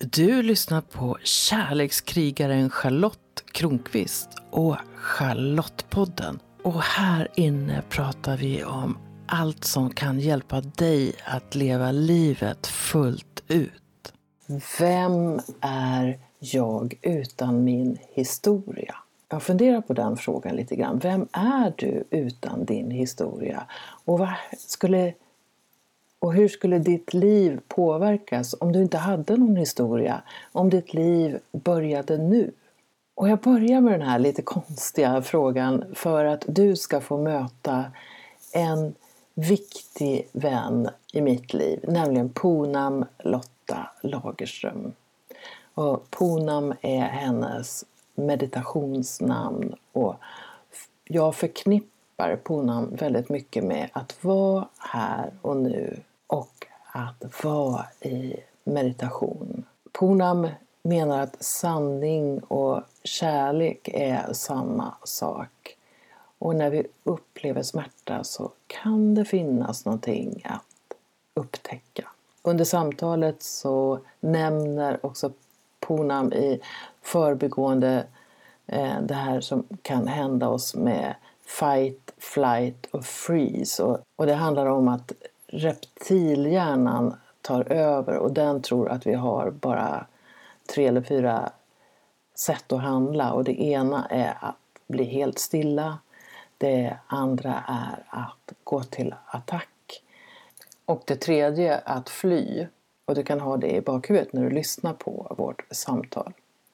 Du lyssnar på kärlekskrigaren Charlotte Kronqvist och Charlottepodden. Och här inne pratar vi om allt som kan hjälpa dig att leva livet fullt ut. Vem är jag utan min historia? Jag funderar på den frågan lite grann. Vem är du utan din historia? Och hur skulle ditt liv påverkas om du inte hade någon historia? Om ditt liv började nu? Och jag börjar med den här lite konstiga frågan för att du ska få möta en viktig vän i mitt liv. Nämligen Poonam Lotta Lagerström. Och Poonam är hennes meditationsnamn. Och jag förknippar Poonam väldigt mycket med att vara här och nu. Och att vara i meditation. Poonam menar att sanning och kärlek är samma sak. Och när vi upplever smärta så kan det finnas någonting att upptäcka. Under samtalet så nämner också Poonam i förbigående det här som kan hända oss med fight, flight och freeze. Och det handlar om att reptilhjärnan tar över och den tror att vi har bara 3 eller 4 sätt att handla. Och det ena är att bli helt stilla. Det andra är att gå till attack. Och det tredje är att fly. Och du kan ha det i bakhuvudet när du lyssnar på vårt samtal.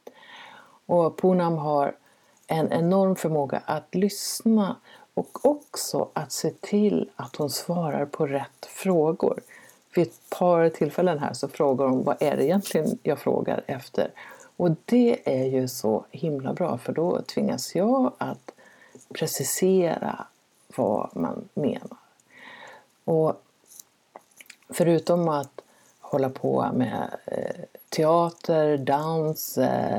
Och Poonam har en enorm förmåga att lyssna och också att se till att hon svarar på rätt frågor. Vid ett par tillfällen här så frågar hon vad är det egentligen jag frågar efter. Och det är ju så himla bra för då tvingas jag att precisera vad man menar. Och förutom att hålla på med teater, dans,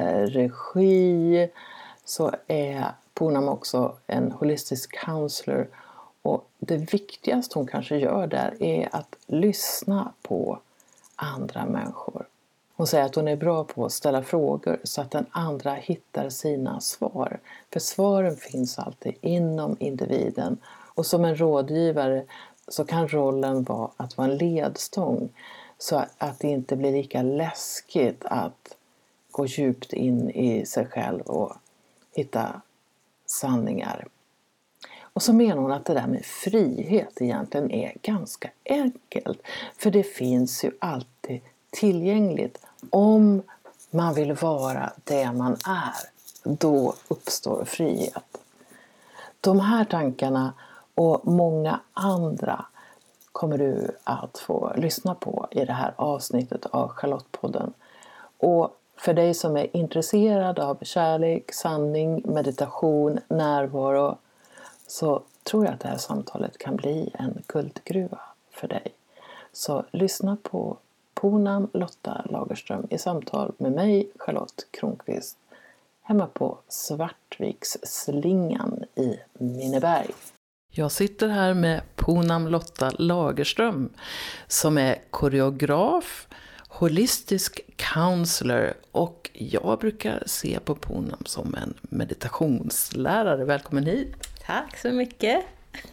regi så är Poonam också en holistisk counselor. Och det viktigaste hon kanske gör där är att lyssna på andra människor. Hon säger att hon är bra på att ställa frågor så att den andra hittar sina svar. För svaren finns alltid inom individen. Och som en rådgivare så kan rollen vara att vara en ledstång. Så att det inte blir lika läskigt att gå djupt in i sig själv och hitta sanningar. Och så menar hon att det där med frihet egentligen är ganska enkelt. För det finns ju alltid tillgängligt. Om man vill vara det man är, då uppstår frihet. De här tankarna och många andra kommer du att få lyssna på i det här avsnittet av Charlottepodden. Och för dig som är intresserad av kärlek, sanning, meditation, närvaro så tror jag att det här samtalet kan bli en guldgruva för dig. Så lyssna på Poonam Lotta Lagerström i samtal med mig, Charlotte Kronqvist, hemma på Svartviksslingan i Minneberg. Jag sitter här med Poonam Lotta Lagerström som är koreograf, holistisk counselor och jag brukar se på Poonam som en meditationslärare. Välkommen hit! Tack så mycket!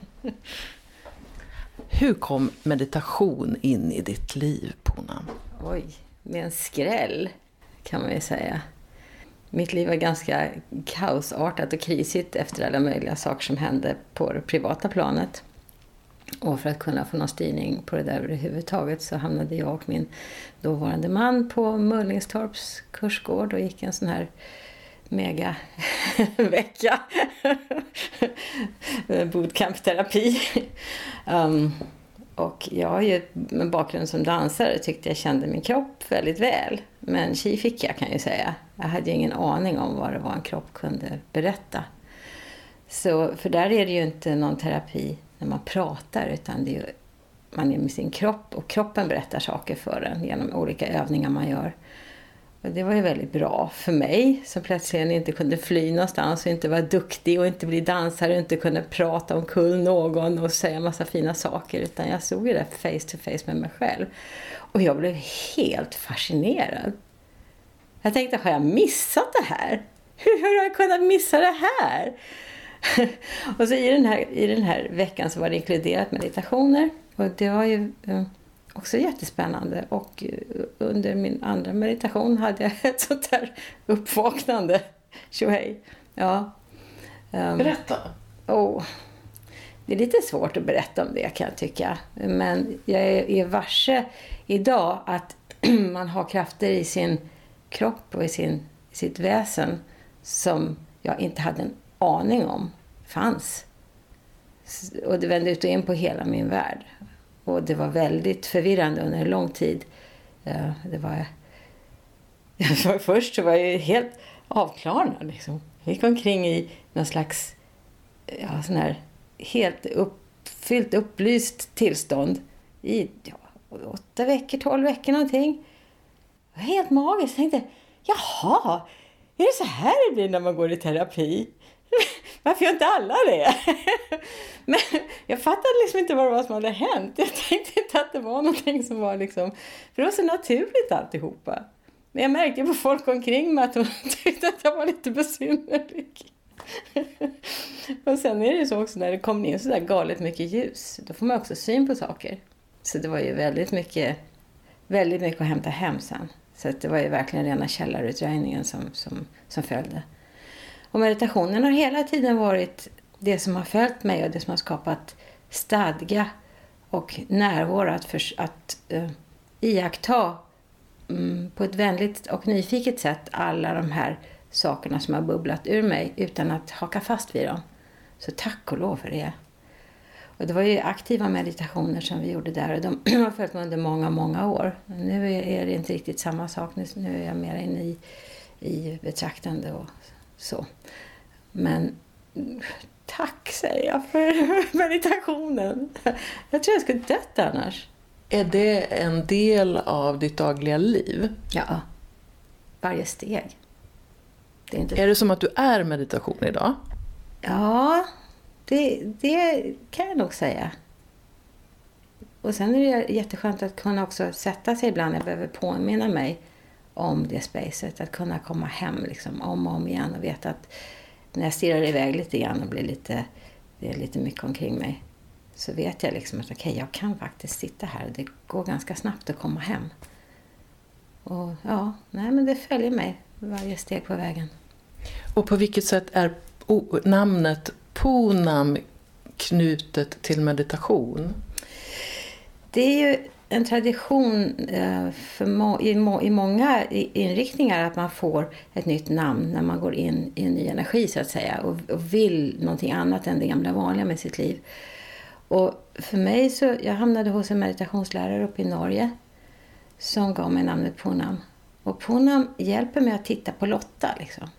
Hur kom meditation in i ditt liv, Poonam? Oj, med en skräll kan man ju säga. Mitt liv var ganska kaosartat och krisigt efter alla möjliga saker som hände på det privata planet. Och för att kunna få någon styrning på det där överhuvudtaget så hamnade jag och min dåvarande man på Mullingstorps kursgård och gick en sån här mega vecka bootcamp-terapi. Och jag har ju med bakgrund som dansare tyckte jag kände min kropp väldigt väl. Men tji fick jag kan jag säga. Jag hade ingen aning om vad det var en kropp kunde berätta. Så, för där är det ju inte någon terapi när man pratar utan det är ju, man är med sin kropp och kroppen berättar saker för en genom olika övningar man gör. Och det var ju väldigt bra för mig som plötsligt inte kunde fly någonstans och inte vara duktig och inte bli dansare och inte kunde prata omkull någon och säga massa fina saker utan jag stod ju där face to face med mig själv. Och jag blev helt fascinerad. Jag tänkte, har jag missat det här? Hur har jag kunnat missa det här? Och så i den här veckan så var det inkluderat meditationer. Och det var ju också jättespännande. Och under min andra meditation hade jag ett sånt här uppvaknande. Tjohej. Ja. Berätta. Det är lite svårt att berätta om det, kan jag tycka. Men jag är varse idag att man har krafter i sin kropp och i sitt väsen som jag inte hade en aning om fanns. Och det vände ut och in på hela min värld. Och det var väldigt förvirrande under en lång tid. Först så var jag helt avklarad. Liksom. Jag gick omkring i någon slags sån här helt upplyst tillstånd i 8 veckor, 12 veckor någonting. Det var helt magiskt. Jag tänkte, jaha, är det så här det blir när man går i terapi? Varför gör inte alla det? Men jag fattade liksom inte vad det var som hade hänt. Jag tänkte inte att det var någonting som var liksom... För det var så naturligt alltihopa. Men jag märkte på folk omkring mig att de tyckte att jag var lite besynnerlig. Och sen är det så också när det kommer in så där galet mycket ljus. Då får man också syn på saker. Så det var ju väldigt mycket att hämta hem sen. Så att det var ju verkligen rena källarutdröjningen som följde. Och meditationen har hela tiden varit det som har följt mig och det som har skapat stadga och närvaro att iaktta på ett vänligt och nyfiket sätt alla de här sakerna som har bubblat ur mig utan att haka fast vid dem. Så tack och lov för det. Och det var ju aktiva meditationer som vi gjorde där och de har följt mig under många, många år. Nu är det inte riktigt samma sak. Nu är jag mer inne i betraktande och så. Men tack säger jag för meditationen. Jag tror jag skulle dött annars. Är det en del av ditt dagliga liv? Ja, varje steg. Är det som att du är meditation idag? Ja, det kan jag nog säga. Och sen är det jätteskönt att kunna också sätta sig ibland. Jag behöver påminna mig om det spacet. Att kunna komma hem liksom, om och om igen och veta att när jag stirrar iväg lite grann och det är lite mycket omkring mig, så vet jag liksom att okej, jag kan faktiskt sitta här. Det går ganska snabbt att komma hem. Och ja, men det följer mig varje steg på vägen. Och på vilket sätt är namnet Poonam knutet till meditation? Det är ju en tradition i många inriktningar att man får ett nytt namn när man går in i en ny energi så att säga och vill någonting annat än det gamla vanliga med sitt liv. Och för mig så, jag hamnade hos en meditationslärare uppe i Norge som gav mig namnet Poonam. Och Poonam hjälper mig att titta på Lotta liksom.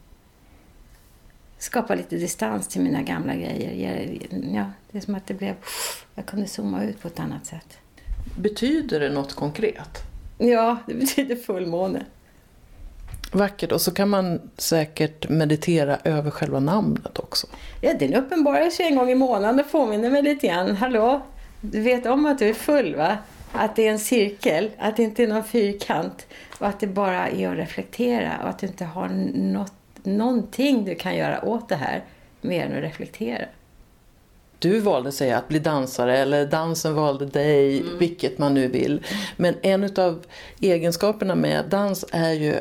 Skapa lite distans till mina gamla grejer. Ja, det är som att jag kunde zooma ut på ett annat sätt. Betyder det något konkret? Ja, det betyder fullmåne. Vackert. Och så kan man säkert meditera över själva namnet också. Ja, den uppenbarar sig en gång i månaden och påminner mig lite grann. Hallå, du vet om att du är full, va? Att det är en cirkel, att det inte är någon fyrkant. Och att det bara är att reflektera. Och att du inte har någonting du kan göra åt det här mer än att reflektera. Du valde sig att bli dansare eller dansen valde dig, vilket man nu vill. Men en av egenskaperna med dans är ju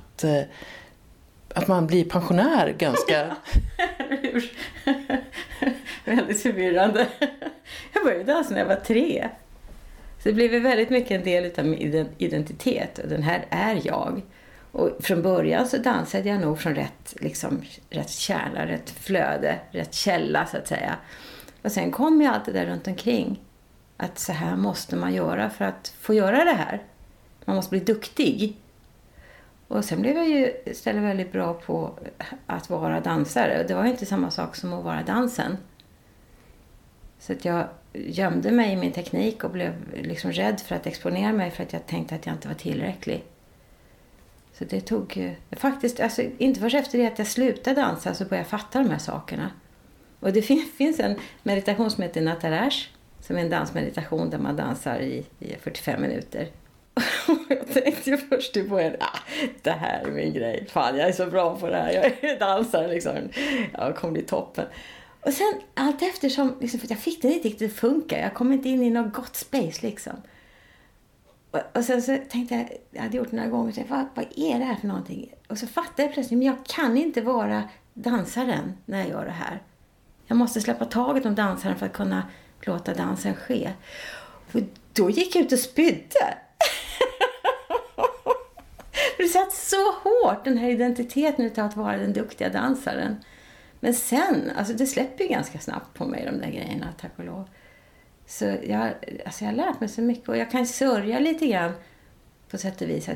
att man blir pensionär ganska... Väldigt förvirrande. Jag började dansa när jag var 3. Så det blev väldigt mycket en del av min identitet. Och den här är jag. Och från början så dansade jag nog från rätt kärna, rätt flöde, rätt källa så att säga. Och sen kom ju allt det där runt omkring. Att så här måste man göra för att få göra det här. Man måste bli duktig. Och sen blev jag ju istället väldigt bra på att vara dansare. Och det var ju inte samma sak som att vara dansen. Så att jag gömde mig i min teknik och blev liksom rädd för att exponera mig för att jag tänkte att jag inte var tillräcklig. Så det tog faktiskt, alltså inte först efter det att jag slutade dansa så började jag fatta de här sakerna. Och det finns en meditation som heter Natarash, som är en dansmeditation där man dansar i 45 minuter. Jag tänkte ju först i början, det här är min grej. Fan, jag är så bra på det här. Jag är dansare liksom. Jag kommer bli toppen. Och sen allt eftersom, liksom, för jag fick det inte riktigt funka. Jag kom inte in i något gott space liksom. Och sen så tänkte jag hade gjort det några gånger, så vad är det här för någonting? Och så fattade jag plötsligt, men jag kan inte vara dansaren när jag gör det här. Jag måste släppa taget om dansaren för att kunna låta dansen ske. Och då gick jag ut och spydde. Det satt så hårt, den här identiteten utav att vara den duktiga dansaren. Men sen, alltså det släpper ju ganska snabbt på mig de där grejerna, tack och lov. Så jag har lärt mig så mycket, och jag kan sörja lite grann på sätt och vis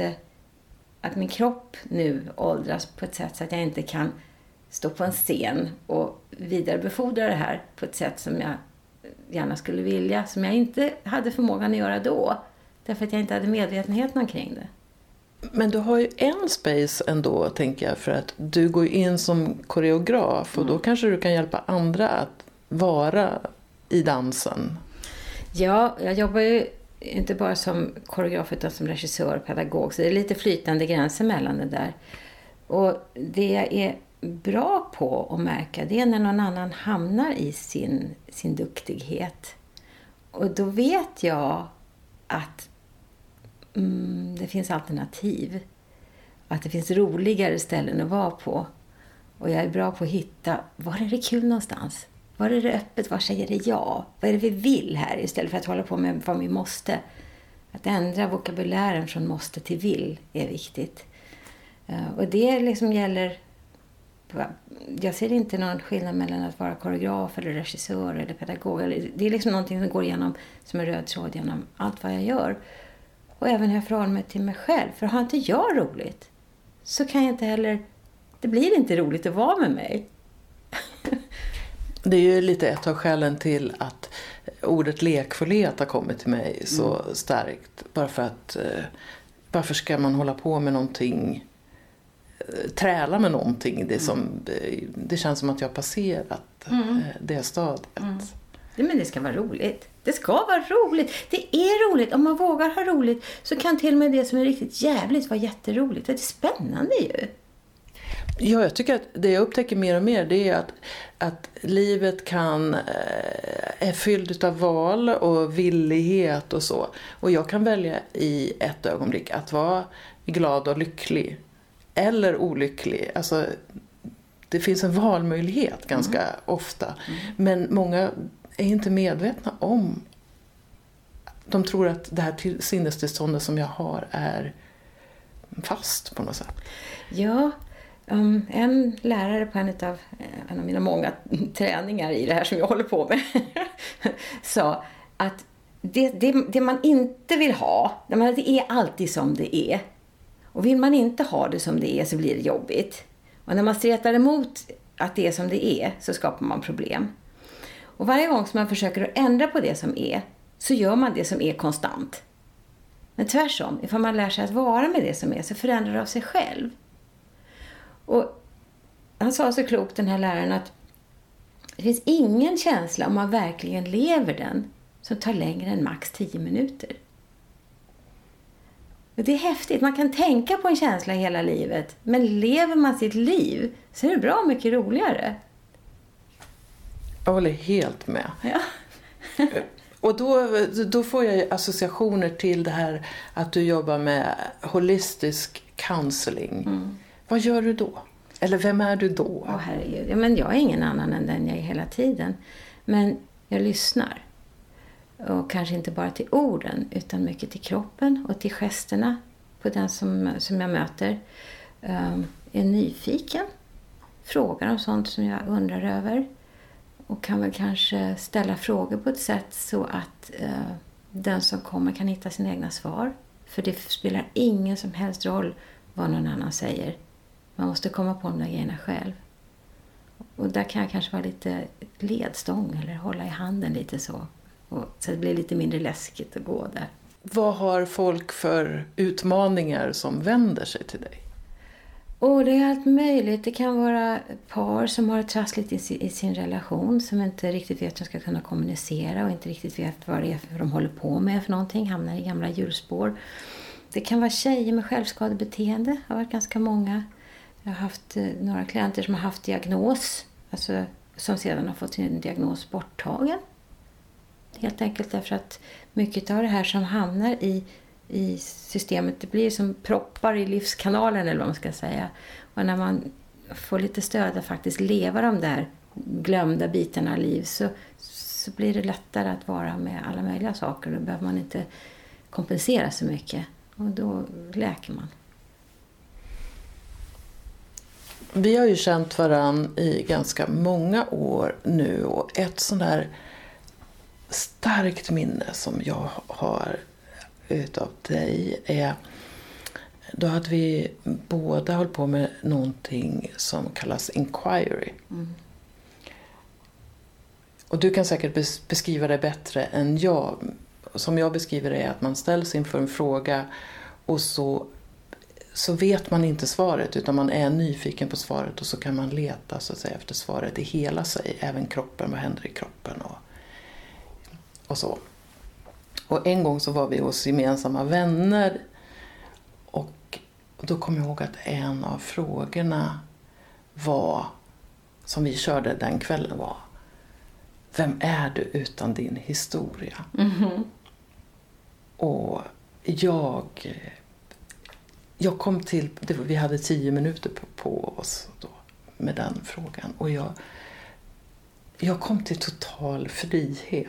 att min kropp nu åldras på ett sätt så att jag inte kan stå på en scen och vidarebefordra det här på ett sätt som jag gärna skulle vilja, som jag inte hade förmågan att göra då, därför att jag inte hade medvetenheten omkring det. Men du har ju en space ändå, tänker jag, för att du går in som koreograf och då kanske du kan hjälpa andra att vara i dansen. Ja, jag jobbar ju inte bara som koreograf utan som regissör och pedagog, så det är lite flytande gränser mellan det där. Och det jag är bra på att märka, det är när någon annan hamnar i sin duktighet. Och då vet jag att det finns alternativ. Att det finns roligare ställen att vara på. Och jag är bra på att hitta, var är det kul någonstans? Var är det öppet? Var säger det ja? Vad är det vi vill här istället för att hålla på med vad vi måste? Att ändra vokabulären från måste till vill är viktigt. Och det liksom gäller... Jag ser inte någon skillnad mellan att vara koreograf eller regissör eller pedagog. Det är liksom någonting som går igenom som en röd tråd genom allt vad jag gör. Och även hur jag förhåller mig till mig själv. För har inte jag roligt så kan jag inte heller... Det blir inte roligt att vara med mig. Det är ju lite ett av skälen till att ordet lekfullhet har kommit till mig så starkt. Bara för att varför ska man hålla på med någonting, träla med någonting? Det känns som att jag har passerat det stadiet. Men det ska vara roligt. Det ska vara roligt. Det är roligt. Om man vågar ha roligt så kan till och med det som är riktigt jävligt vara jätteroligt. Det är spännande ju. Ja, jag tycker att det jag upptäcker mer och mer, det är att livet är fyllt av val och villighet och så. Och jag kan välja i ett ögonblick att vara glad och lycklig eller olycklig. Alltså, det finns en valmöjlighet ganska ofta. Men många är inte medvetna om. De tror att det här sinnestillståndet som jag har är fast på något sätt. Ja, en lärare på en av mina många träningar i det här som jag håller på med sa att det man inte vill ha, det är alltid som det är. Och vill man inte ha det som det är så blir det jobbigt. Och när man stretar emot att det är som det är så skapar man problem. Och varje gång som man försöker att ändra på det som är så gör man det som är konstant. Men tvärtom, ifall man lär sig att vara med det som är så förändrar det av sig själv. Och han sa så klokt, den här läraren, att det finns ingen känsla om man verkligen lever den som tar längre än max 10 minuter. Och det är häftigt. Man kan tänka på en känsla hela livet, men lever man sitt liv så är det bra mycket roligare. Jag håller helt med. Ja. Och då får jag associationer till det här att du jobbar med holistisk counseling. Vad gör du då? Eller vem är du då? Herregud. Ja, men jag är ingen annan än den jag är hela tiden. Men jag lyssnar. Och kanske inte bara till orden utan mycket till kroppen och till gesterna på den som jag möter. Är nyfiken. Frågar om sånt som jag undrar över. Och kan väl kanske ställa frågor på ett sätt så att den som kommer kan hitta sina egna svar. För det spelar ingen som helst roll vad någon annan säger. Man måste komma på de där grejerna själv. Och där kan jag kanske vara lite ledstång eller hålla i handen lite så. Så det blir lite mindre läskigt att gå där. Vad har folk för utmaningar som vänder sig till dig? Och det är allt möjligt. Det kan vara par som har det trassligt i sin relation. Som inte riktigt vet hur de ska kunna kommunicera. Och inte riktigt vet vad det är för de håller på med för någonting. Hamnar i gamla hjulspår. Det kan vara tjejer med självskadebeteende. Det har varit ganska många. Jag har haft några klienter som har haft diagnos. Alltså som sedan har fått sin diagnos borttagen. Helt enkelt därför att mycket av det här som hamnar i systemet, det blir som proppar i livskanalen eller vad man ska säga. Och när man får lite stöd att faktiskt leva de där glömda bitarna av liv så blir det lättare att vara med alla möjliga saker. Då behöver man inte kompensera så mycket och då läker man. Vi har ju känt varann i ganska många år nu och ett sånt där starkt minne som jag har utav dig är då hade vi båda hållit på med någonting som kallas inquiry. Och du kan säkert beskriva det bättre än jag. Som jag beskriver det är att man ställs inför en fråga och så vet man inte svaret utan man är nyfiken på svaret och så kan man leta så att säga, efter svaret i hela sig, även kroppen, vad händer i kroppen och så. Och en gång så var vi hos gemensamma vänner och då kom jag ihåg att en av frågorna var, som vi körde den kvällen var: vem är du utan din historia? Och jag kom till, vi hade 10 minuter på oss då med den frågan och jag kom till total frihet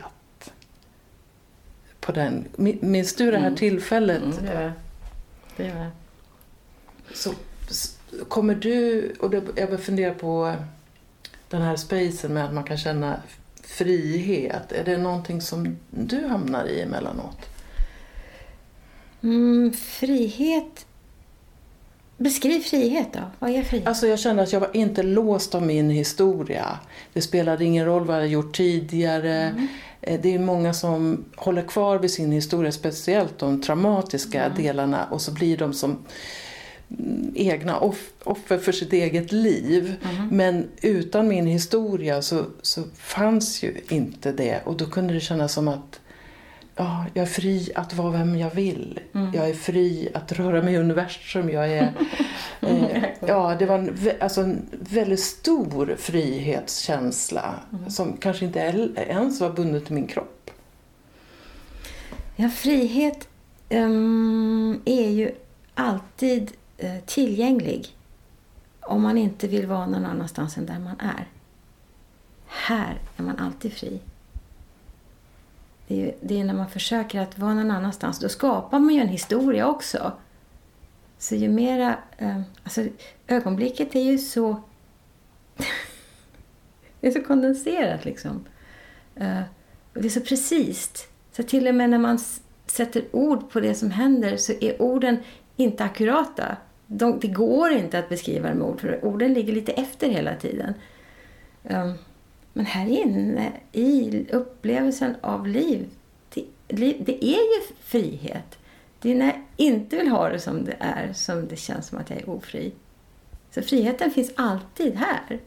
på den. Minns du det här tillfället? Det gör jag. Så kommer du, och jag funderar på den här spacen med att man kan känna frihet. Är det någonting som du hamnar i emellanåt? Frihet. Beskriv frihet då. Vad är frihet? Alltså jag kände att jag var inte låst av min historia. Det spelade ingen roll vad jag gjort tidigare. Det är många som håller kvar vid sin historia, speciellt de traumatiska delarna. Och så blir de som egna offer för sitt eget liv. Men utan min historia så fanns ju inte det. Och då kunde det kännas som att jag är fri att vara vem jag vill. Jag är fri att röra mig i universum. Jag är, det var en väldigt stor frihetskänsla som kanske inte ens var bundet till min kropp. Ja, frihet är ju alltid tillgänglig om man inte vill vara någon annanstans än där man är. Här är man alltid fri. Det är när man försöker att vara någon annanstans. Då skapar man ju en historia också. Så ju mera... ögonblicket är ju så... det är så kondenserat liksom. Och det är så precis. Så till och med när man sätter ord på det som händer så är orden inte akkurata. Det går inte att beskriva dem med ord. För orden ligger lite efter hela tiden. Men här inne i upplevelsen av liv, det är ju frihet. Det är när jag inte vill ha det som det är som det känns som att jag är ofri. Så friheten finns alltid här.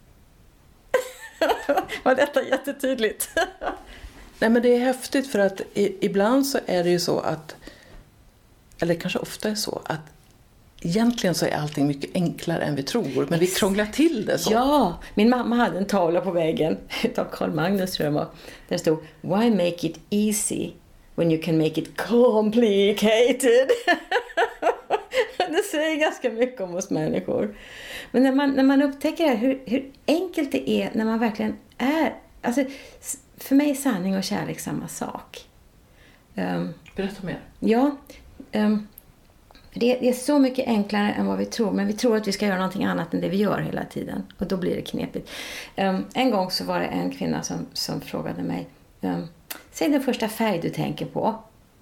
Var detta jättetydligt? Nej, men det är häftigt för att ibland så är det ju så att, eller kanske ofta är så att egentligen så är allting mycket enklare än vi tror. Men vi krånglar till det så. Ja, min mamma hade en tavla på väggen utav Carl Magnus tror jag var. Där det stod: Why make it easy when you can make it complicated? Det säger ganska mycket om oss människor. Men när man upptäcker det här, hur enkelt det är när man verkligen är... Alltså, för mig är sanning och kärlek samma sak. Berätta mer. Ja, det är så mycket enklare än vad vi tror. Men vi tror att vi ska göra någonting annat än det vi gör hela tiden. Och då blir det knepigt. En gång så var det en kvinna som frågade mig: säg den första färg du tänker på.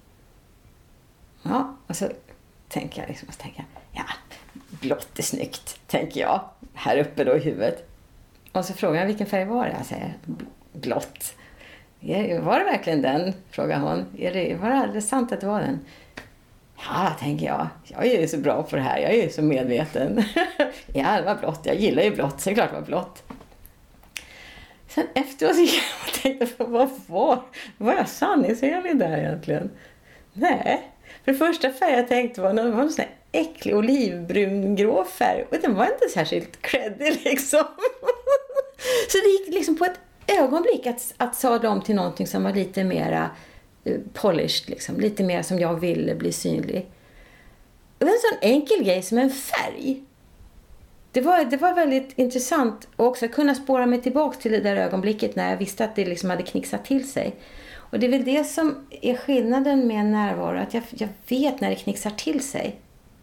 Ja, och så tänker jag, ja, blått är snyggt, tänker jag. Här uppe då i huvudet. Och så frågar jag vilken färg var det? Jag säger blått. Var det verkligen den? Frågar hon. Var det alldeles sant att det var den? Ja, tänker jag. Jag är ju så bra på det här. Jag är ju så medveten. Ja, det var blått. Jag gillar ju blått. Så det är klart det var blått. Sen efteråt så jag tänkte, vad var jag sanningsenlig där egentligen? Nej. För det första färg jag tänkte var någon sån här äcklig olivbrun-grå färg. Och den var inte särskilt creddig liksom. Så det gick liksom på ett ögonblick att sadla om till någonting som var lite mera polished liksom. Lite mer som jag ville bli synlig. Och det var en sån enkel grej som en färg. Det var väldigt intressant och också att kunna spåra mig tillbaka till det där ögonblicket när jag visste att det liksom hade knixat till sig. Och det är väl det som är skillnaden med närvaro, att jag vet när det knixar till sig.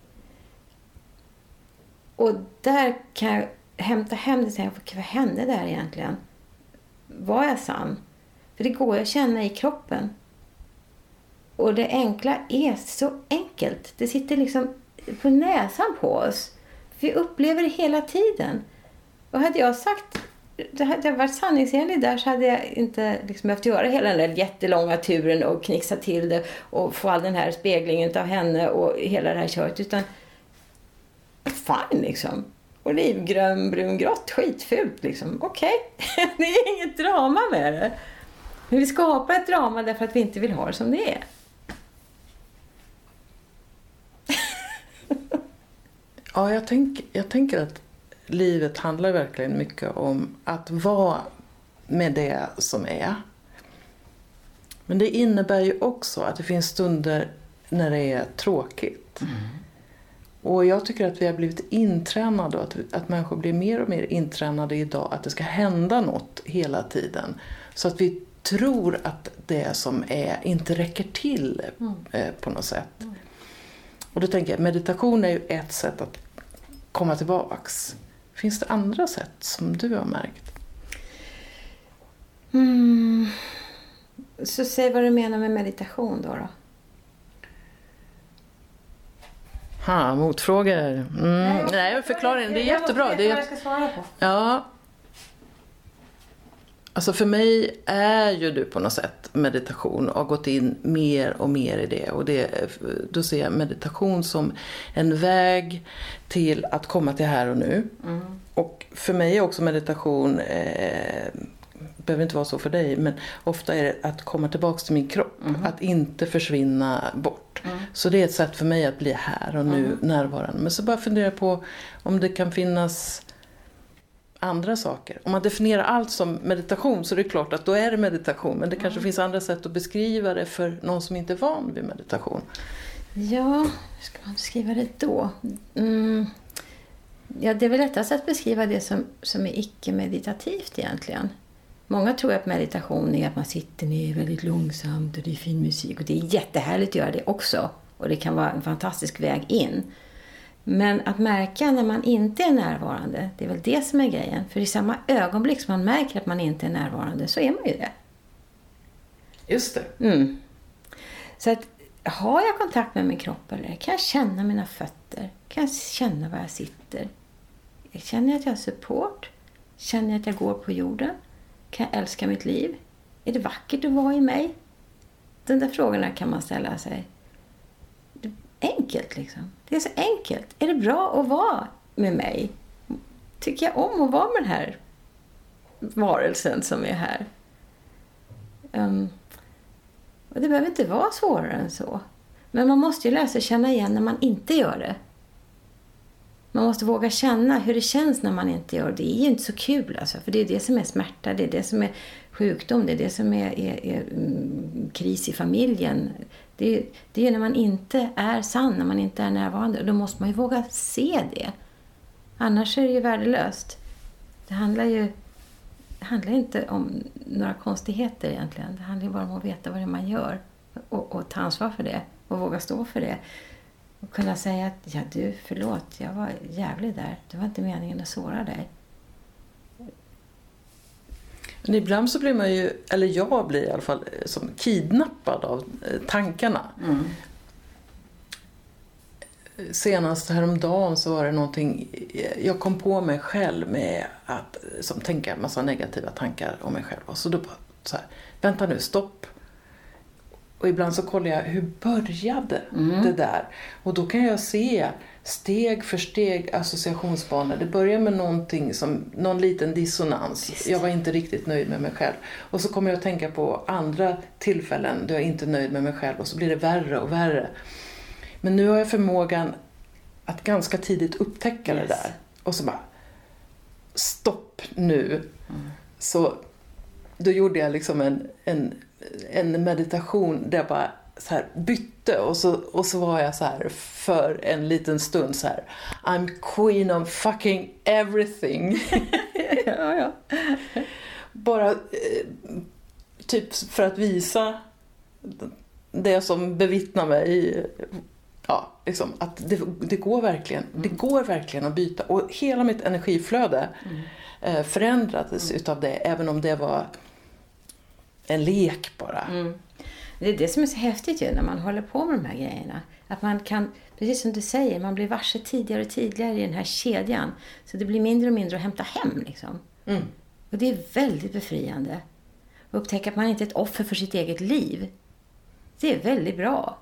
Och där kan jag hämta hem det och säga, vad hände där egentligen? Var jag sann? För det går att känna i kroppen. Och det enkla är så enkelt. Det sitter liksom på näsan på oss. Vi upplever det hela tiden. Och hade jag sagt, hade jag varit sanningsenlig där, så hade jag inte liksom behövt göra hela den där jättelånga turen och knixa till det och få all den här speglingen av henne och hela det här köret. Utan fine liksom. Olivgrön, brungrått, skitfult liksom. Okej. Det är inget drama med det. Men vi skapar ett drama därför att vi inte vill ha det som det är. Ja, jag tänker att livet handlar verkligen mycket om att vara med det som är. Men det innebär ju också att det finns stunder när det är tråkigt. Mm. Och jag tycker att vi har blivit intränade, och att människor blir mer och mer intränade idag, att det ska hända något hela tiden. Så att vi tror att det som är inte räcker till på något sätt. Mm. Och då tänker jag, meditation är ju ett sätt att komma tillbaks. Finns det andra sätt som du har märkt? Så säg vad du menar med meditation då? Motfrågor. Nej, förklaringen. Det är jättebra. Det är jag ska svara på. Ja. Alltså för mig är ju du på något sätt meditation och har gått in mer och mer i det. Och då ser jag meditation som en väg till att komma till här och nu. Mm. Och för mig är också meditation, behöver inte vara så för dig, men ofta är det att komma tillbaka till min kropp. Mm. Att inte försvinna bort. Mm. Så det är ett sätt för mig att bli här och nu närvarande. Men så bara fundera på om det kan finnas andra saker. Om man definierar allt som meditation, så är det klart att då är det meditation. Men det kanske finns andra sätt att beskriva det för någon som inte är van vid meditation. Ja, hur ska man beskriva det då? Ja, det är väl lättast att beskriva det som är icke-meditativt egentligen. Många tror att meditation är att man sitter ner väldigt långsamt och det är fin musik. Och det är jättehärligt att göra det också. Och det kan vara en fantastisk väg in. Men att märka när man inte är närvarande, det är väl det som är grejen. För i samma ögonblick som man märker att man inte är närvarande, så är man ju det. Just det. Så att, har jag kontakt med min kropp eller kan jag känna mina fötter? Kan jag känna var jag sitter? Känner jag att jag har support? Känner jag att jag går på jorden? Kan jag älska mitt liv? Är det vackert att vara i mig? De där frågorna kan man ställa sig. Enkelt liksom. Det är så enkelt. Är det bra att vara med mig? Tycker jag om att vara med den här varelsen som är här? Och det behöver inte vara svårare än så. Men man måste ju lära sig känna igen när man inte gör det. Man måste våga känna hur det känns när man inte gör det. Det är ju inte så kul alltså. För det är det som är smärta. Det är det som är sjukdom. Det är det som är kris i familjen. Det är när man inte är sann. När man inte är närvarande. Och då måste man ju våga se det. Annars är det ju värdelöst. Det handlar inte om några konstigheter egentligen. Det handlar ju bara om att veta vad det är man gör. Och ta ansvar för det. Och våga stå för det. Och kunna säga att, ja du, förlåt, jag var jävlig där. Det var inte meningen att såra dig. Men ibland så blir man ju, eller jag blir i alla fall, som kidnappad av tankarna. Senast häromdagen så var det någonting, jag kom på mig själv med att tänka en massa negativa tankar om mig själv. Och så då bara så här, vänta nu, stopp. Och ibland så kollar jag, hur började det där? Och då kan jag se steg för steg associationsbanor. Det börjar med någon liten dissonans. Just. Jag var inte riktigt nöjd med mig själv. Och så kommer jag att tänka på andra tillfällen då jag inte är nöjd med mig själv. Och så blir det värre och värre. Men nu har jag förmågan att ganska tidigt upptäcka det där. Och så bara, stopp nu. Så då gjorde jag liksom en meditation där jag bara så här bytte och så var jag så här för en liten stund så här, I'm queen of fucking everything. Ja. Bara typ för att visa det som bevittnar mig, ja, liksom, att det går verkligen att byta. Och hela mitt energiflöde förändrades utav det, även om det var en lek bara. Det är det som är så häftigt ju när man håller på med de här grejerna. Att man kan, precis som du säger, man blir varse tidigare och tidigare i den här kedjan. Så det blir mindre och mindre att hämta hem liksom. Och det är väldigt befriande. Att upptäcka att man inte är ett offer för sitt eget liv. Det är väldigt bra.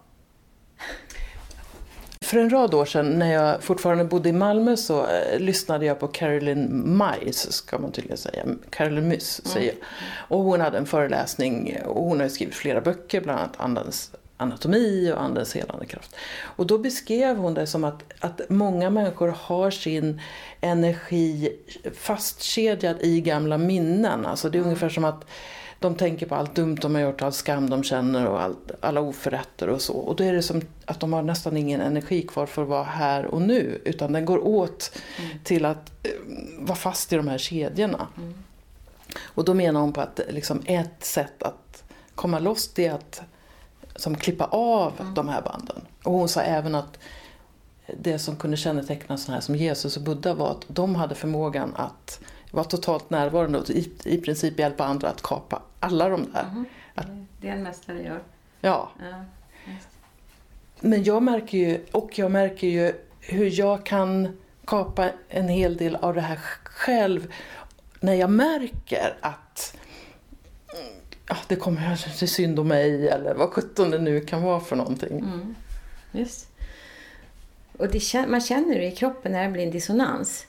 För en rad år sedan när jag fortfarande bodde i Malmö så lyssnade jag på Caroline Myss, ska man tydligen säga. Caroline Myss säger. Och hon hade en föreläsning och hon har skrivit flera böcker, bland annat Andens anatomi och Andens helande kraft. Och då beskrev hon det som att många människor har sin energi fastkedjad i gamla minnen. Alltså det är ungefär som att de tänker på allt dumt de har gjort, all skam de känner och alla oförrätter och så. Och då är det som att de har nästan ingen energi kvar för att vara här och nu. Utan den går åt till att vara fast i de här kedjorna. Och då menar hon på att liksom ett sätt att komma loss det är att som klippa av de här banden. Och hon sa även att det som kunde känneteckna sådana här som Jesus och Buddha var att de hade förmågan att vara totalt närvarande och i princip hjälpa andra att kapa alla de där. Det är en mästare gör. Ja. Just. Men jag märker ju hur jag kan kapa en hel del av det här själv när jag märker att det kommer till synd om mig eller vad 17 det nu kan vara för någonting. Just. Och man känner det i kroppen när det blir en dissonans.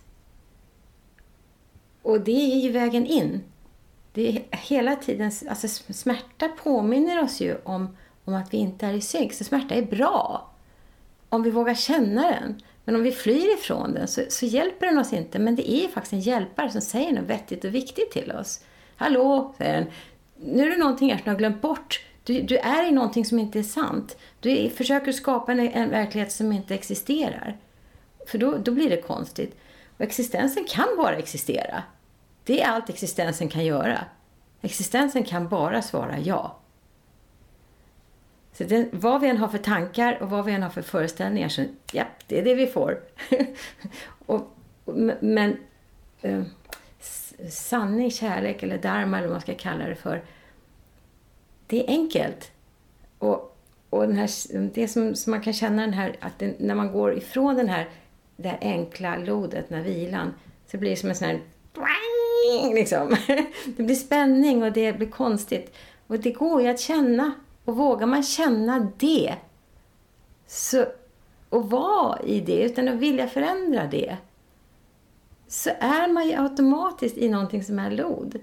Och det är ju vägen in. Det är hela tiden, alltså smärta påminner oss ju om att vi inte är i synk. Så smärta är bra om vi vågar känna den. Men om vi flyr ifrån den så hjälper den oss inte. Men det är faktiskt en hjälpare som säger något vettigt och viktigt till oss. Hallå, säger den. Nu är det någonting här som du har glömt bort. Du är i någonting som inte är sant. Du försöker skapa en verklighet som inte existerar. För då blir det konstigt. Och existensen kan bara existera. Det är allt existensen kan göra. Existensen kan bara svara ja. Så vad vi än har för tankar och vad vi än har för föreställningar så det är det vi får. Men sanning, kärlek eller dharma eller vad man ska kalla det för. Det är enkelt. Och den här, det som man kan känna den här, att när man går ifrån det här enkla lodet, den här vilan, så blir det som en sån här liksom. Det blir spänning och det blir konstigt. Och det går ju att känna. Och vågar man känna det och vara i det utan att vilja förändra det, så är man ju automatiskt i någonting som är lod.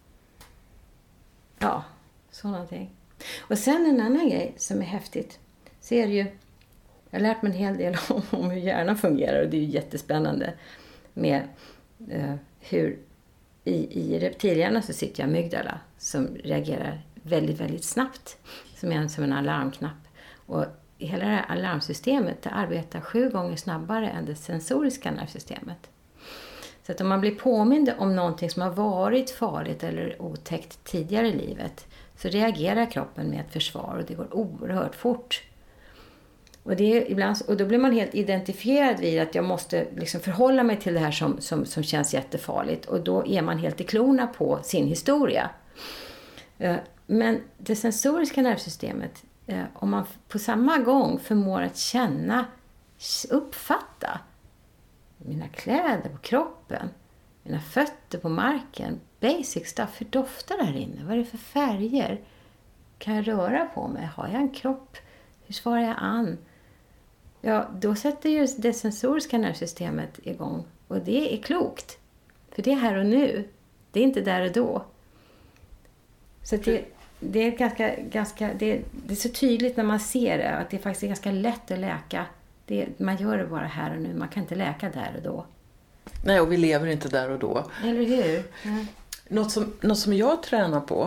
Ja, så någonting. Och sen en annan grej som är häftigt, så är det ju, jag har lärt mig en hel del om hur hjärnan fungerar och det är ju jättespännande med hur i reptilhjärnan så sitter jag amygdala som reagerar väldigt, väldigt snabbt som en alarmknapp. Och hela det här alarmsystemet det arbetar 7 gånger snabbare än det sensoriska nervsystemet. Så att om man blir påmind om någonting som har varit farligt eller otäckt tidigare i livet så reagerar kroppen med ett försvar och det går oerhört fort. Och då blir man helt identifierad vid att jag måste liksom förhålla mig till det här som känns jättefarligt. Och då är man helt i klorna på sin historia. Men det sensoriska nervsystemet, om man på samma gång förmår att känna, uppfatta mina kläder på kroppen, mina fötter på marken, basic stuff, hur doftar det här inne? Vad är det för färger? Kan jag röra på mig? Har jag en kropp? Hur svarar jag an? Ja, då sätter ju det sensoriska nervsystemet igång. Och det är klokt. För det är här och nu. Det är inte där och då. Så det är det är så tydligt när man ser det. Att det faktiskt är ganska lätt att läka. Man gör det bara här och nu. Man kan inte läka där och då. Nej, och vi lever inte där och då. Eller hur? Ja. Något som jag tränar på,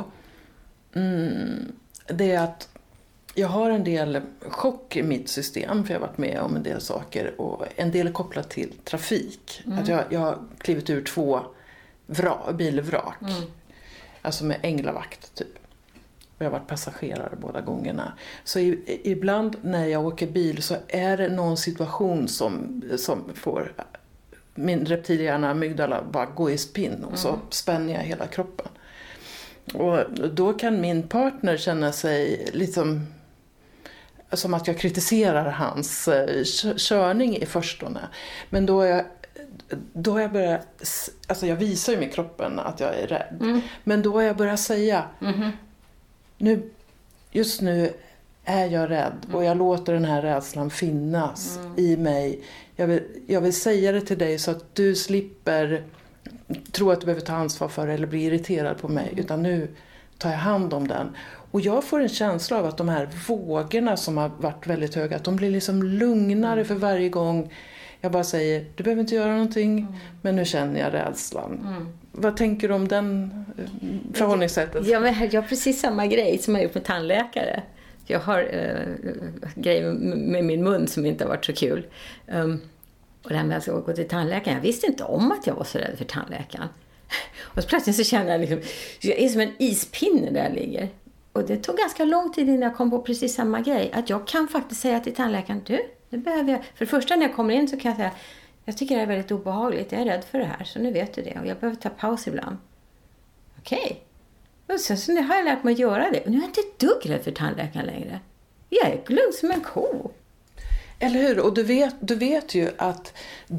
det är att jag har en del chock i mitt system, för jag har varit med om en del saker, och en del är kopplat till trafik. Att jag har klivit ur 2 bilvrak, alltså med änglavakt typ. Och jag har varit passagerare båda gångerna. Så ibland när jag åker bil så är det någon situation som får min reptilhjärna, amygdala, bara gå i spinn, och så spänner jag hela kroppen. Och då kan min partner känna sig liksom som att jag kritiserar hans körning i förstone. Men då har jag börjat, alltså jag visar ju med kroppen att jag är rädd. Men då har jag börjat säga, just nu är jag rädd, och jag låter den här rädslan finnas i mig. Jag vill säga det till dig så att du slipper tro att du behöver ta ansvar för det eller bli irriterad på mig, utan nu tar jag hand om den. Och jag får en känsla av att de här vågorna som har varit väldigt höga, att de blir liksom lugnare för varje gång jag bara säger, du behöver inte göra någonting, men nu känner jag rädslan. Vad tänker du om den förhållningssättet? Jag har precis samma grej som jag gjort med tandläkare. Jag har grejer med min mun som inte har varit så kul. Och det här med att gå till tandläkaren. Jag visste inte om att jag var så rädd för tandläkaren. Och så plötsligt så känner jag liksom, jag är som en ispinne där jag ligger. Och det tog ganska lång tid innan jag kom på precis samma grej. Att jag kan faktiskt säga till tandläkaren, nu behöver jag. För det första när jag kommer in så kan jag säga, jag tycker det är väldigt obehagligt. Jag är rädd för det här, så nu vet du det. Och jag behöver ta paus ibland. Okej. Och sen så har jag lärt mig att göra det. Och nu är jag inte ett dugg rädd för tandläkaren längre. Jag är lugn som en ko. Eller hur? Och du vet ju att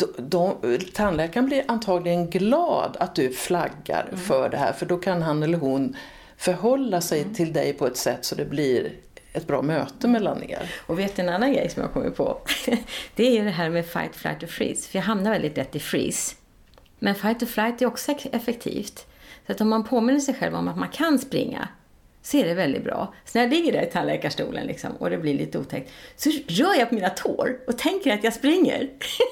tandläkaren blir antagligen glad att du flaggar för det här. För då kan han eller hon förhålla sig till dig på ett sätt så det blir ett bra möte mellan er. Och vet en annan grej som jag kommer på? Det är det här med fight, flight och freeze. För jag hamnar väldigt lätt i freeze. Men fight och flight är också effektivt. Så att om man påminner sig själv om att man kan springa, så är det väldigt bra. Så när jag ligger där i tandläkarstolen liksom, och det blir lite otäckt, så rör jag på mina tår och tänker att jag springer.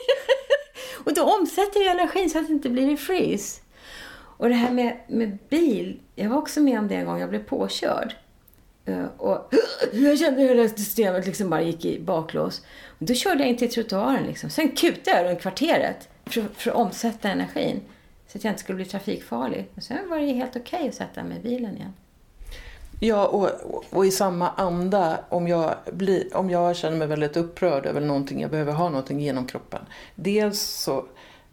Och då omsätter jag energin så att det inte blir i freeze. Och det här med bil, jag var också med om det en gång jag blev påkörd. Och jag kände hur det systemet liksom bara gick i baklås. Och då körde jag in till trottoaren liksom. Sen kutade jag runt kvarteret för att omsätta energin. Så att jag inte skulle bli trafikfarlig. Och sen var det helt okej att sätta mig i bilen igen. Ja, och i samma anda, om jag känner mig väldigt upprörd över någonting, jag behöver ha någonting genom kroppen. Dels så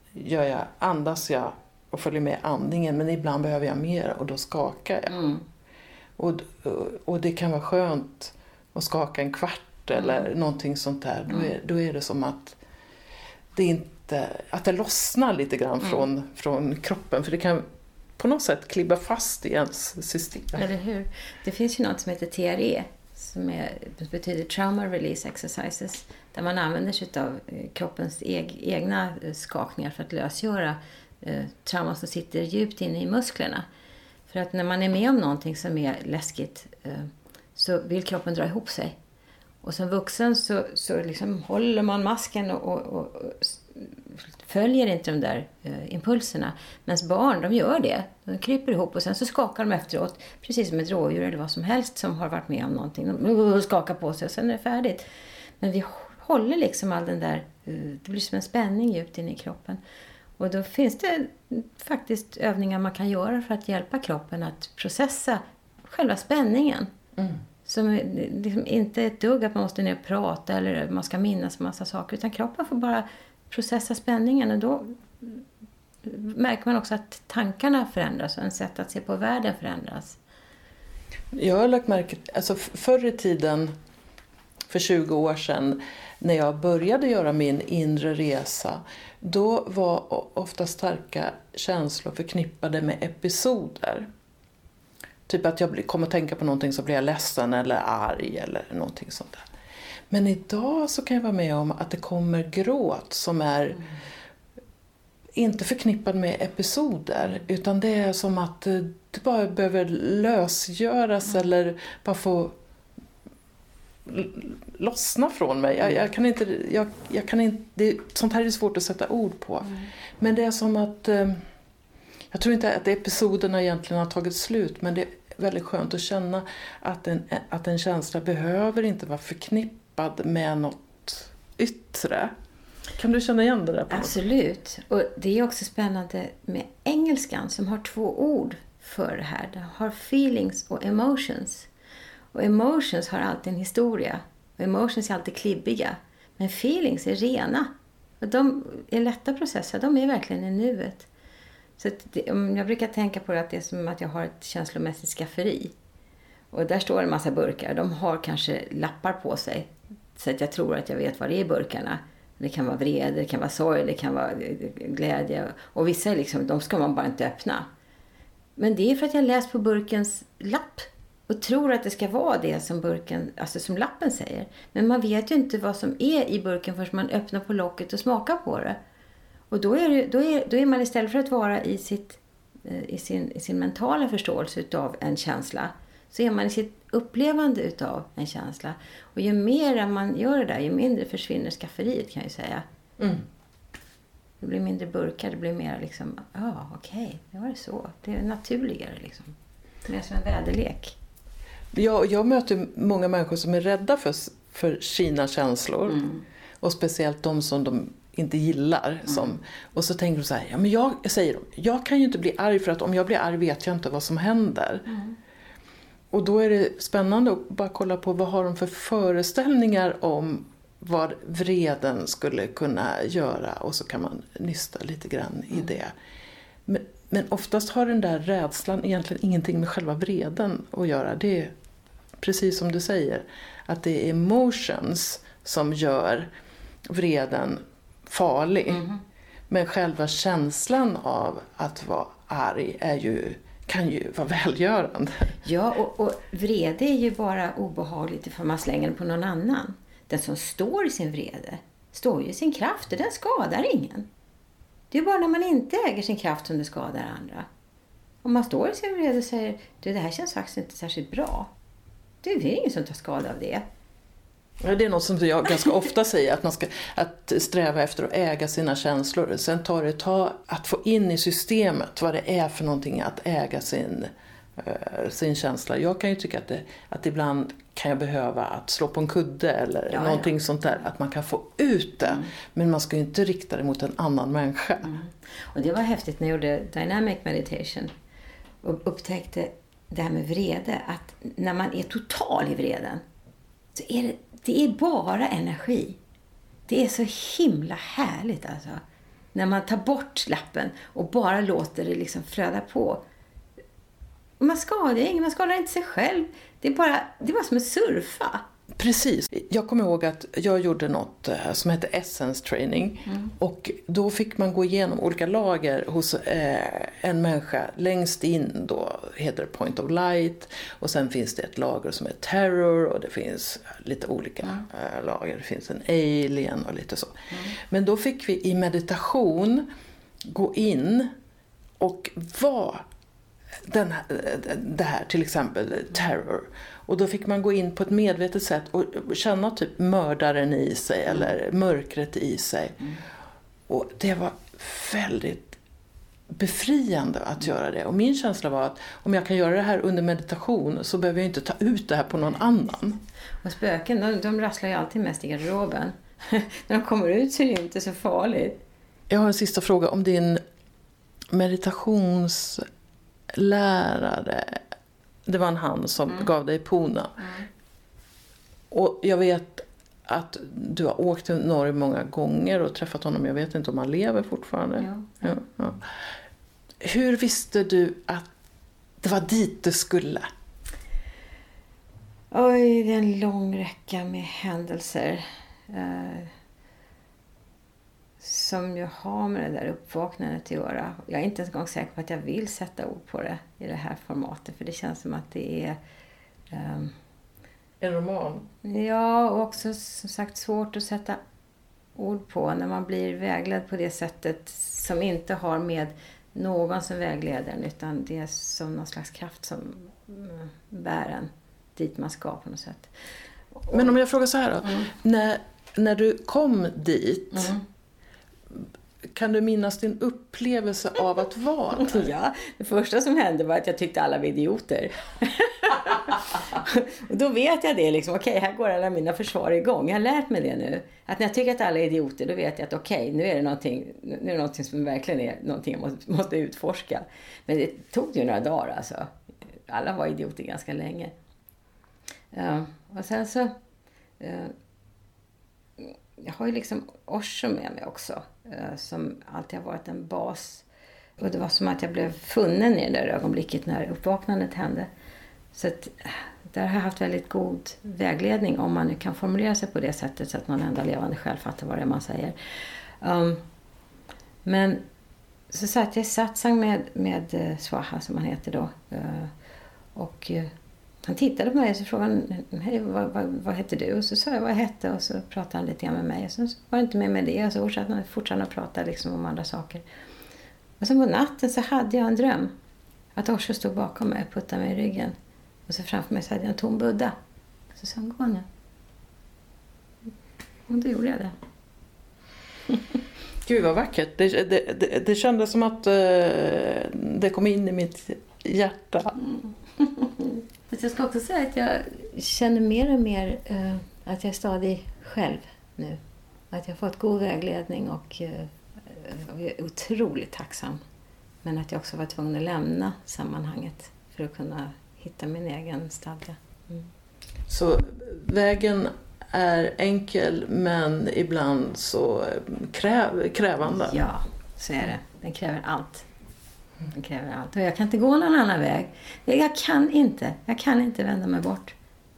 andas jag och följer med andningen, men ibland behöver jag mer och då skakar jag. Och det kan vara skönt att skaka en kvart eller någonting sånt där. Då är det som att det lossnar lite grann från kroppen, för det kan på något sätt klibba fast i ens system. Eller hur? Det finns ju något som heter TRE, som betyder Trauma Release Exercises, där man använder sig av kroppens egna skakningar för att lösgöra trauma som sitter djupt inne i musklerna. För att när man är med om någonting som är läskigt så vill kroppen dra ihop sig. Och som vuxen så liksom håller man masken och följer inte de där impulserna. Men barn, de gör det. De kryper ihop och sen så skakar de efteråt. Precis som ett rådjur eller vad som helst som har varit med om någonting. De skakar på sig och sen är det färdigt. Men vi håller liksom all den där, det blir som en spänning djupt in i kroppen. Och då finns det faktiskt övningar man kan göra för att hjälpa kroppen att processa själva spänningen. Som liksom inte är ett dugg att man måste ner och prata eller man ska minnas en massa saker. Utan kroppen får bara processa spänningen, och då märker man också att tankarna förändras och en sätt att se på världen förändras. Jag har lagt märke, alltså förr i tiden, för 20 år sedan, när jag började göra min inre resa, då var ofta starka känslor förknippade med episoder. Typ att jag kommer att tänka på någonting så blir jag ledsen eller arg eller någonting sånt där. Men idag så kan jag vara med om att det kommer gråt som är inte förknippad med episoder. Utan det är som att det bara behöver lösgöras eller bara få lossna från mig. Jag kan inte, sånt här är svårt att sätta ord på. Men det är som att jag tror inte att episoderna egentligen har tagit slut, men det är väldigt skönt att känna att en känsla behöver inte vara förknippad med något yttre. Kan du känna igen det där? Absolut. Och det är också spännande med engelskan som har 2 ord för det här. Det har feelings och emotions. Och emotions har alltid en historia. Och emotions är alltid klibbiga. Men feelings är rena. Och de är lätta processer. De är verkligen i nuet. Så jag brukar tänka på att det är som att jag har ett känslomässigt skafferi. Och där står en massa burkar. De har kanske lappar på sig. Så att jag tror att jag vet vad det är i burkarna. Det kan vara vrede, det kan vara sorg, det kan vara glädje. Och vissa är liksom, de ska man bara inte öppna. Men det är för att jag läst på burkens lapp. Och tror att det ska vara det som burken, alltså som lappen säger. Men man vet ju inte vad som är i burken förrän man öppnar på locket och smakar på det. Och då är man istället för att vara i sin mentala förståelse utav en känsla. Så är man i sitt upplevande utav en känsla. Och ju mer man gör det där, ju mindre försvinner skafferiet, kan jag säga. Det blir mindre burkar, det blir mer liksom, okej, det var det så. Det är naturligare liksom. Det är som en väderlek. Jag möter många människor som är rädda för sina känslor. Och speciellt de som de inte gillar. Och så tänker de så här, ja, men jag kan ju inte bli arg, för att om jag blir arg vet jag inte vad som händer. Och då är det spännande att bara kolla på vad har de för föreställningar om vad vreden skulle kunna göra. Och så kan man nysta lite grann i det. Men oftast har den där rädslan egentligen ingenting med själva vreden att göra. Det är precis som du säger, att det är emotions som gör vreden farlig. Men själva känslan av att vara arg kan ju vara välgörande. Ja, och vrede är ju bara obehagligt ifall man slänger den på någon annan. Den som står i sin vrede står ju i sin kraft och den skadar ingen. Det är bara när man inte äger sin kraft som det skadar andra. Om man står i sin vrede och säger, det här känns faktiskt inte särskilt bra. Det är ingen som tar skada av det. Ja, det är något som jag ganska ofta säger, att man ska sträva efter att äga sina känslor. Sen tar det att få in i systemet vad det är för någonting att äga sin känsla. Jag kan ju tycka att ibland kan jag behöva att slå på en kudde eller någonting sånt där. Att man kan få ut det, men man ska ju inte rikta det mot en annan människa. Och det var häftigt när jag gjorde Dynamic Meditation och upptäckte det här med vrede. Att när man är total i vreden så är det är bara energi. Det är så himla härligt alltså. När man tar bort lappen och bara låter det liksom flöda på. Man skadar inte sig själv. Det är bara som att surfa. Precis. Jag kommer ihåg att jag gjorde något som heter Essence Training. Och då fick man gå igenom olika lager hos en människa. Längst in då heter det Point of Light. Och sen finns det ett lager som är Terror. Och det finns lite olika lager. Det finns en Alien och lite så. Men då fick vi i meditation gå in och vara det här, till exempel Terror. Och då fick man gå in på ett medvetet sätt och känna typ mördaren i sig eller mörkret i sig. Och det var väldigt befriande att göra det. Och min känsla var att om jag kan göra det här under meditation så behöver jag inte ta ut det här på någon annan. Och spöken, de rasslar ju alltid mest i garderoben. När de kommer ut så är det inte så farligt. Jag har en sista fråga om din meditationslärare. Det var han som gav dig Puna. Och jag vet att du har åkt till Norge många gånger och träffat honom. Jag vet inte om han lever fortfarande. Ja. Hur visste du att det var dit du skulle? Oj, det är en lång räcka med händelser. som ju har med det där uppvaknandet att göra. Jag är inte ens en gång säker på att jag vill sätta ord på det i det här formatet. För det känns som att det är... En roman? Ja, och också som sagt svårt att sätta ord på när man blir vägledd på det sättet som inte har med någon som vägleder en, utan det är som någon slags kraft som bär en dit man ska på något sätt. Men om jag frågar så här då. När du kom dit, kan du minnas din upplevelse av att vara där? Ja, det första som hände var att jag tyckte alla var idioter. Och då vet jag det liksom, okej, här går alla mina försvar igång. Jag har lärt mig det nu. Att när jag tycker att alla är idioter, då vet jag att okej, nu är det någonting som verkligen är någonting jag måste utforska. Men det tog ju några dagar alltså. Alla var idioter ganska länge. Och sen så... jag har ju liksom Osho med mig också. Som alltid har varit en bas. Och det var som att jag blev funnen i det där ögonblicket när uppvaknandet hände. Så att, där har jag haft väldigt god vägledning om man nu kan formulera sig på det sättet så att någon enda levande själv fattar vad det är man säger. Men så satt jag i satsang med Swaha som han heter då. Och han tittade på mig och så frågade han, hej, vad heter du? Och så sa jag vad jag hette och så pratade han lite grann med mig. Och så var det inte mer med det och så fortsatte han att prata liksom om andra saker. Och så på natten så hade jag en dröm. Att Osho stod bakom mig och puttade mig i ryggen. Och så framför mig så hade jag en tom Buddha. Så sa han, gå nu. Och då gjorde jag det. Gud vad vackert. Det kändes som att det kom in i mitt hjärta. Jag ska också säga att jag känner mer och mer att jag är stadig själv nu. Att jag har fått god vägledning och jag är otroligt tacksam. Men att jag också var tvungen att lämna sammanhanget för att kunna hitta min egen stadga. Så vägen är enkel men ibland så krävande. Ja, så är det. Den kräver allt. Den kräver allt. Och jag kan inte gå någon annan väg. Jag kan inte vända mig bort.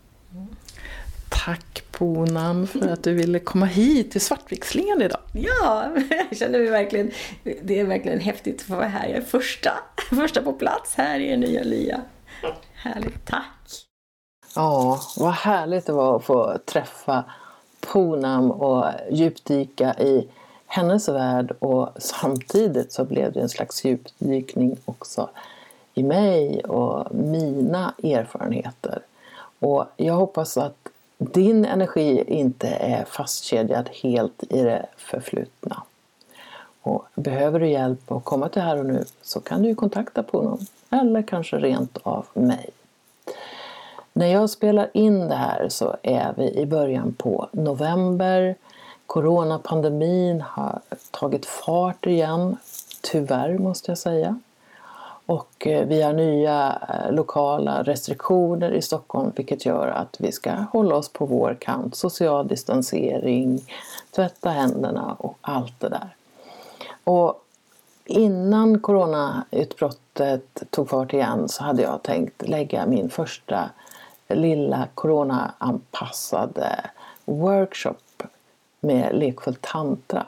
Tack Poonam för att du ville komma hit till Svartvikslingen idag. Ja, jag känner mig verkligen, det är verkligen häftigt att få vara här. Jag är första på plats här i nya lya. Härligt, tack. Ja, vad härligt det var att få träffa Poonam och djupdyka i hennes värld, och samtidigt så blev det en slags djupdykning också i mig och mina erfarenheter. Och jag hoppas att din energi inte är fastkedjad helt i det förflutna. Och behöver du hjälp att komma till här och nu så kan du kontakta Poonam eller kanske rent av mig. När jag spelar in det här så är vi i början på november. Coronapandemin har tagit fart igen, tyvärr måste jag säga. Och vi har nya lokala restriktioner i Stockholm, vilket gör att vi ska hålla oss på vår kant. Social distansering, tvätta händerna och allt det där. Och innan coronautbrottet tog fart igen så hade jag tänkt lägga min första lilla coronaanpassade workshop med lekfull tantra.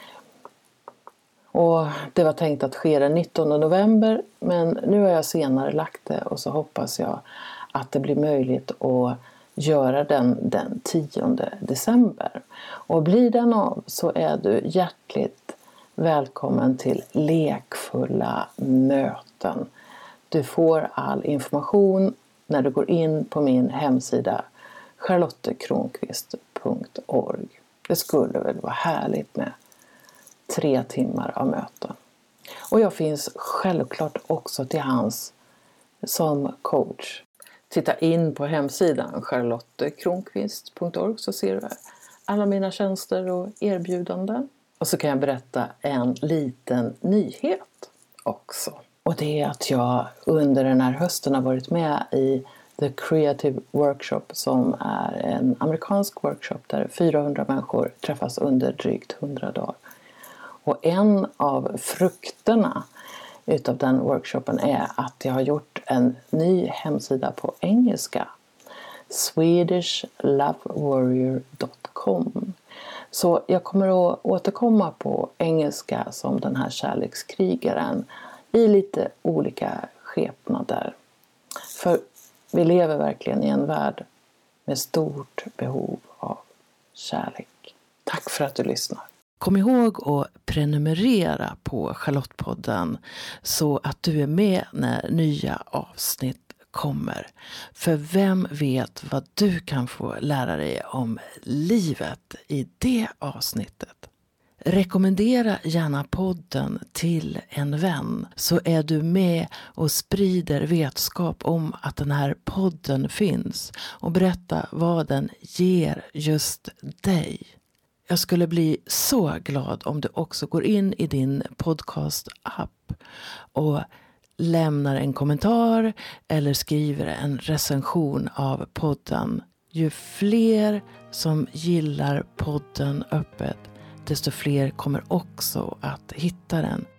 Och det var tänkt att ske den 19 november, men nu har jag senare lagt det och så hoppas jag att det blir möjligt att göra den 10 december. Och blir den av så är du hjärtligt välkommen till lekfulla möten. Du får all information när du går in på min hemsida charlottekronqvist.org. Det skulle väl vara härligt med 3 timmar av möten. Och jag finns självklart också till hands som coach. Titta in på hemsidan charlottekronqvist.org så ser du alla mina tjänster och erbjudanden. Och så kan jag berätta en liten nyhet också. Och det är att jag under den här hösten har varit med i The Creative Workshop, som är en amerikansk workshop där 400 människor träffas under drygt 100 dagar. Och en av frukterna utav den workshopen är att jag har gjort en ny hemsida på engelska. SwedishLoveWarrior.com. Så jag kommer att återkomma på engelska som den här kärlekskrigaren i lite olika skepnader. För vi lever verkligen i en värld med stort behov av kärlek. Tack för att du lyssnar. Kom ihåg att prenumerera på Charlottepodden så att du är med när nya avsnitt kommer. För vem vet vad du kan få lära dig om livet i det avsnittet. Rekommendera gärna podden till en vän så är du med och sprider vetskap om att den här podden finns och berätta vad den ger just dig. Jag skulle bli så glad om du också går in i din podcast-app och lämnar en kommentar eller skriver en recension av podden. Ju fler som gillar podden öppet, desto fler kommer också att hitta den.